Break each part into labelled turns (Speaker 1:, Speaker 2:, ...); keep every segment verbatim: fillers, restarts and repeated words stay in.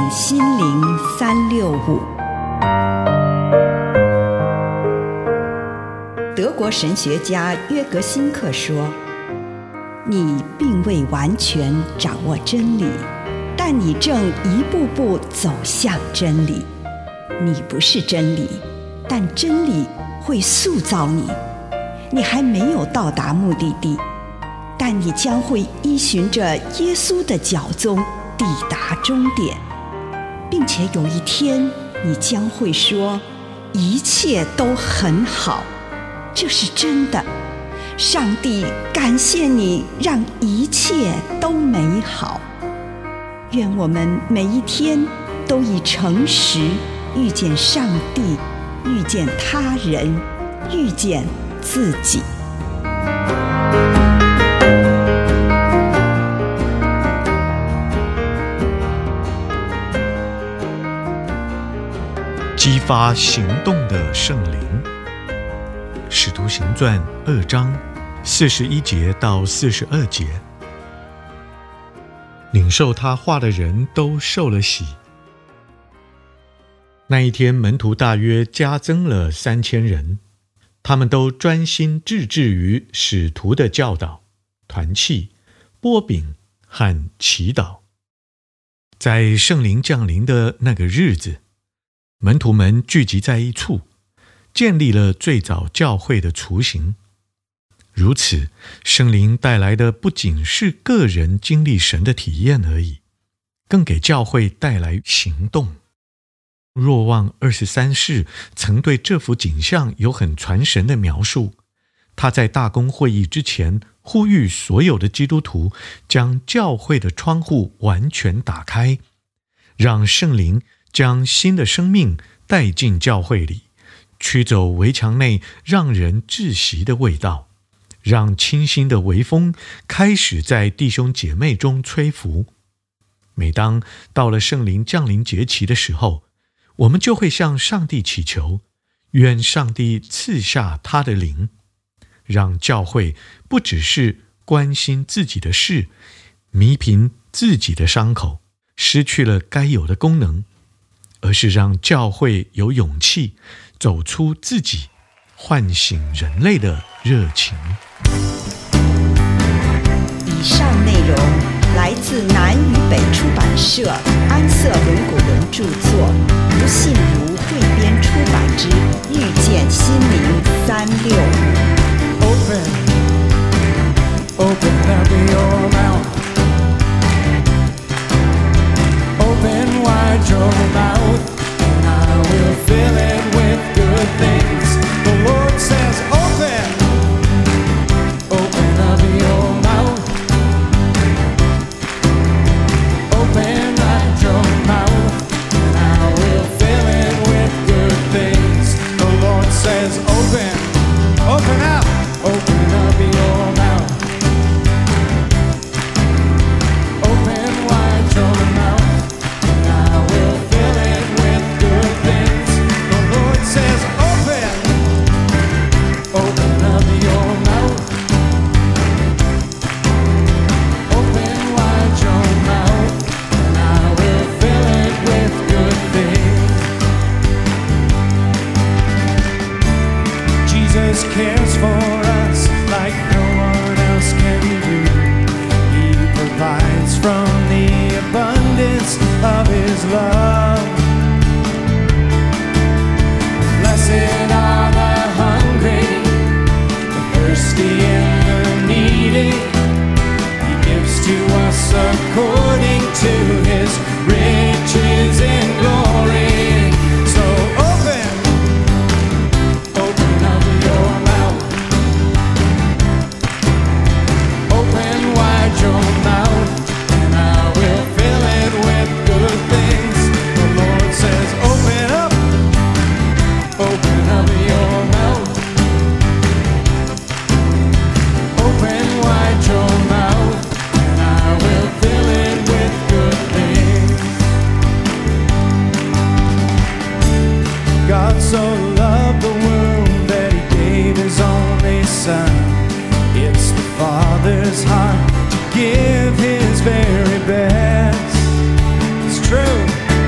Speaker 1: 心灵三六五。德国神学家约格辛克说，你并未完全掌握真理，但你正一步步走向真理。你不是真理，但真理会塑造你。你还没有到达目的地，但你将会依循着耶稣的脚踪抵达终点，并且有一天你将会说，一切都很好。这是真的。上帝感谢你，让一切都美好。愿我们每一天都以诚实遇见上帝，遇见他人，遇见自己。
Speaker 2: 激发行动的圣灵。使徒行传二章四十一节到四十二节，领受他话的人都受了洗。那一天，门徒大约加增了三千人，他们都专心致志于使徒的教导、团契、擘饼和祈祷。在圣灵降临的那个日子，门徒们聚集在一处，建立了最早教会的雏形。如此，圣灵带来的不仅是个人经历神的体验而已，更给教会带来行动。若望二十三世曾对这幅景象有很传神的描述。他在大公会议之前呼吁所有的基督徒将教会的窗户完全打开，让圣灵将新的生命带进教会里，驱走围墙内让人窒息的味道，让清新的微风开始在弟兄姐妹中吹拂。每当到了圣灵降临节期的时候，我们就会向上帝祈求，愿上帝赐下他的灵，让教会不只是关心自己的事，弥平自己的伤口，失去了该有的功能，而是让教会有勇气走出自己，唤醒人类的热情。
Speaker 1: 以上内容来自南与北出版社安瑟伦古伦著作，吴信如汇编出版之《遇见心灵三六五》。
Speaker 3: Open, open up your mouth. Open wide your mouth, and I will fill it with good things. The Lord says, open, open up your mouth. Open wide your mouth, and I will fill it with good things. The Lord says, open, open up.Open up your mouth. Open wide your mouth, and I will fill it with good things. The Lord says, open, open up your mouth. Open wide your mouth, and I will fill it with good things. Jesus cares for like no one else can do. He provides from the abundance of His love. Blessed are the hungry, the thirsty and the needy. He gives to us according to His riches in glory. So open, open up your mouth. Open wide your mouth, and I will fill it with good things. The Lord says, open up, open up your mouth. Open wide your mouth, and I will fill it with good things. God so loved the world that He gave His only Son. It's the Father's heart to give His very best. It's true.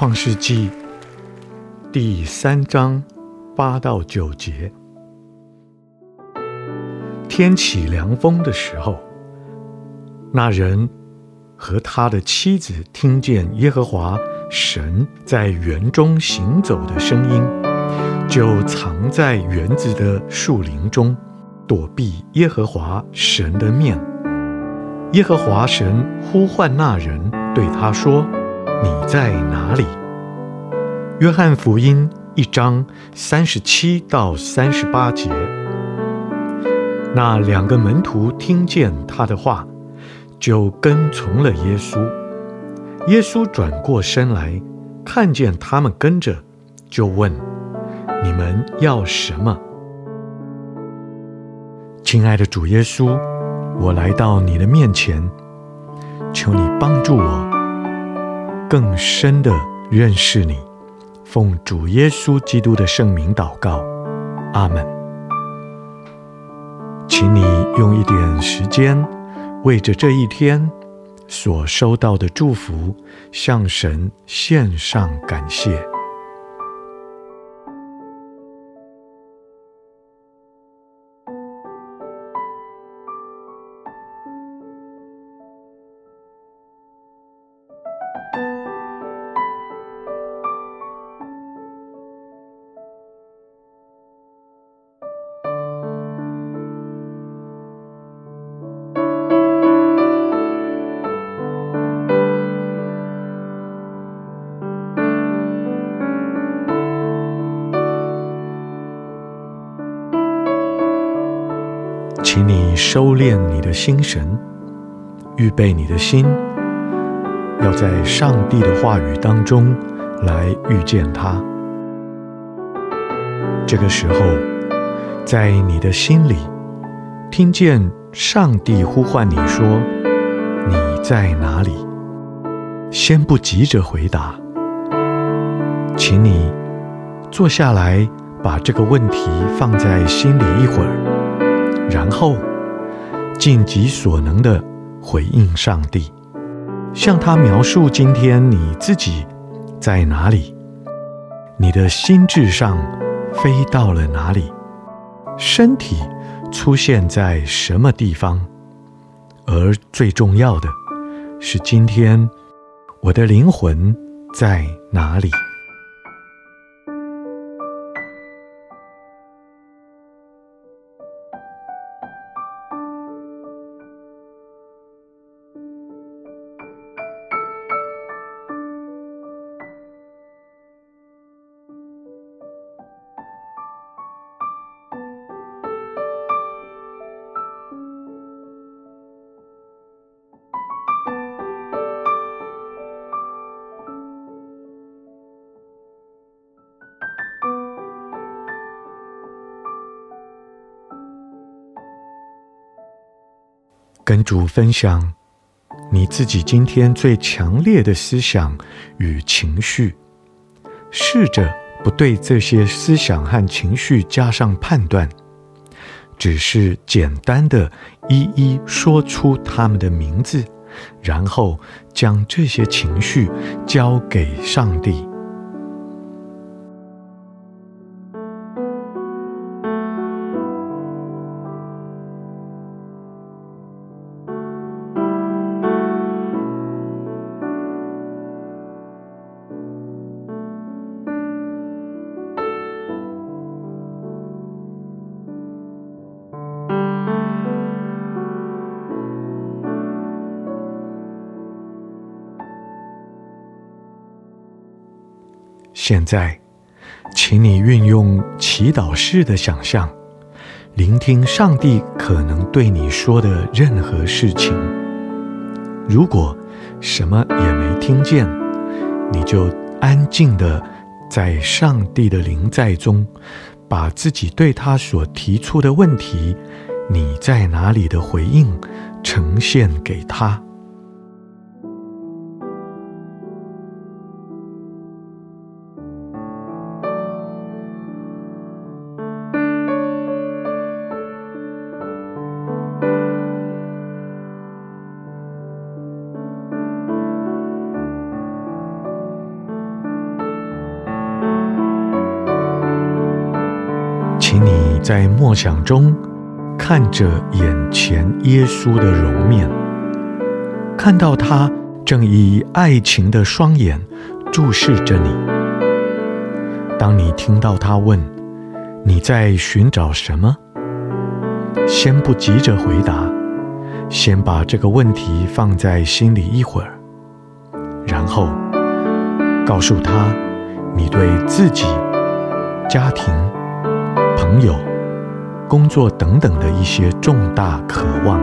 Speaker 2: 创世纪第三章八到九节。天起凉风的时候，那人和他的妻子听见耶和华神在园中行走的声音，就藏在园子的树林中，躲避耶和华神的面。耶和华神呼唤那人，对他说：你在哪里？约翰福音一章三十七到三十八节。那两个门徒听见他的话，就跟从了耶稣。耶稣转过身来，看见他们跟着，就问：你们要什么？亲爱的主耶稣，我来到你的面前，求你帮助我更深地认识你。奉主耶稣基督的圣名祷告，阿们。请你用一点时间，为着这一天所收到的祝福，向神献上感谢。请你收敛你的心神，预备你的心，要在上帝的话语当中来遇见他。这个时候，在你的心里听见上帝呼唤你说：你在哪里？先不急着回答，请你坐下来，把这个问题放在心里一会儿，然后尽己所能地回应上帝，向他描述今天你自己在哪里，你的心智上飞到了哪里，身体出现在什么地方，而最重要的是，今天我的灵魂在哪里？跟主分享你自己今天最强烈的思想与情绪，试着不对这些思想和情绪加上判断，只是简单的一一说出他们的名字，然后将这些情绪交给上帝。现在，请你运用祈祷式的想象，聆听上帝可能对你说的任何事情。如果什么也没听见，你就安静地在上帝的临在中，把自己对他所提出的问题，你在哪里的回应呈现给他。 在默想中看着眼前耶稣的容面，看到他正以爱情的双眼注视着你。当你听到他问你在寻找什么，先不急着回答，先把这个问题放在心里一会儿，然后告诉他你对自己、家庭、朋友、工作等等的一些重大渴望。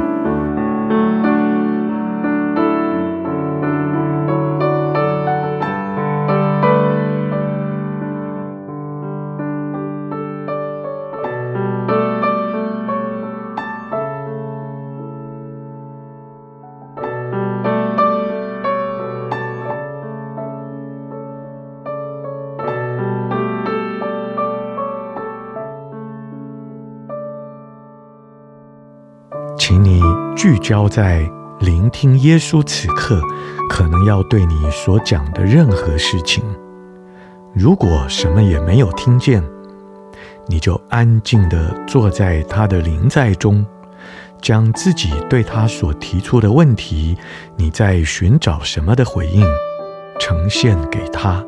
Speaker 2: 请你聚焦在聆听耶稣此刻可能要对你所讲的任何事情。如果什么也没有听见，你就安静地坐在他的临在中，将自己对他所提出的问题，你在寻找什么的回应，呈现给他。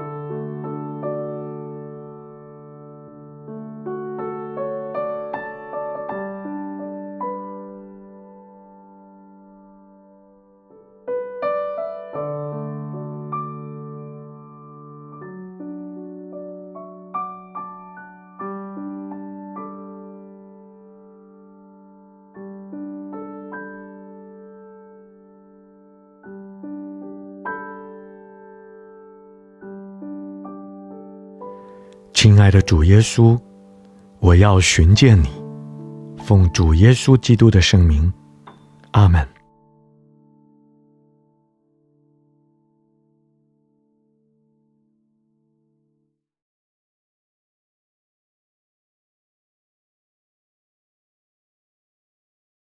Speaker 2: 亲爱的主耶稣，我要寻见你，奉主耶稣基督的圣名，阿们。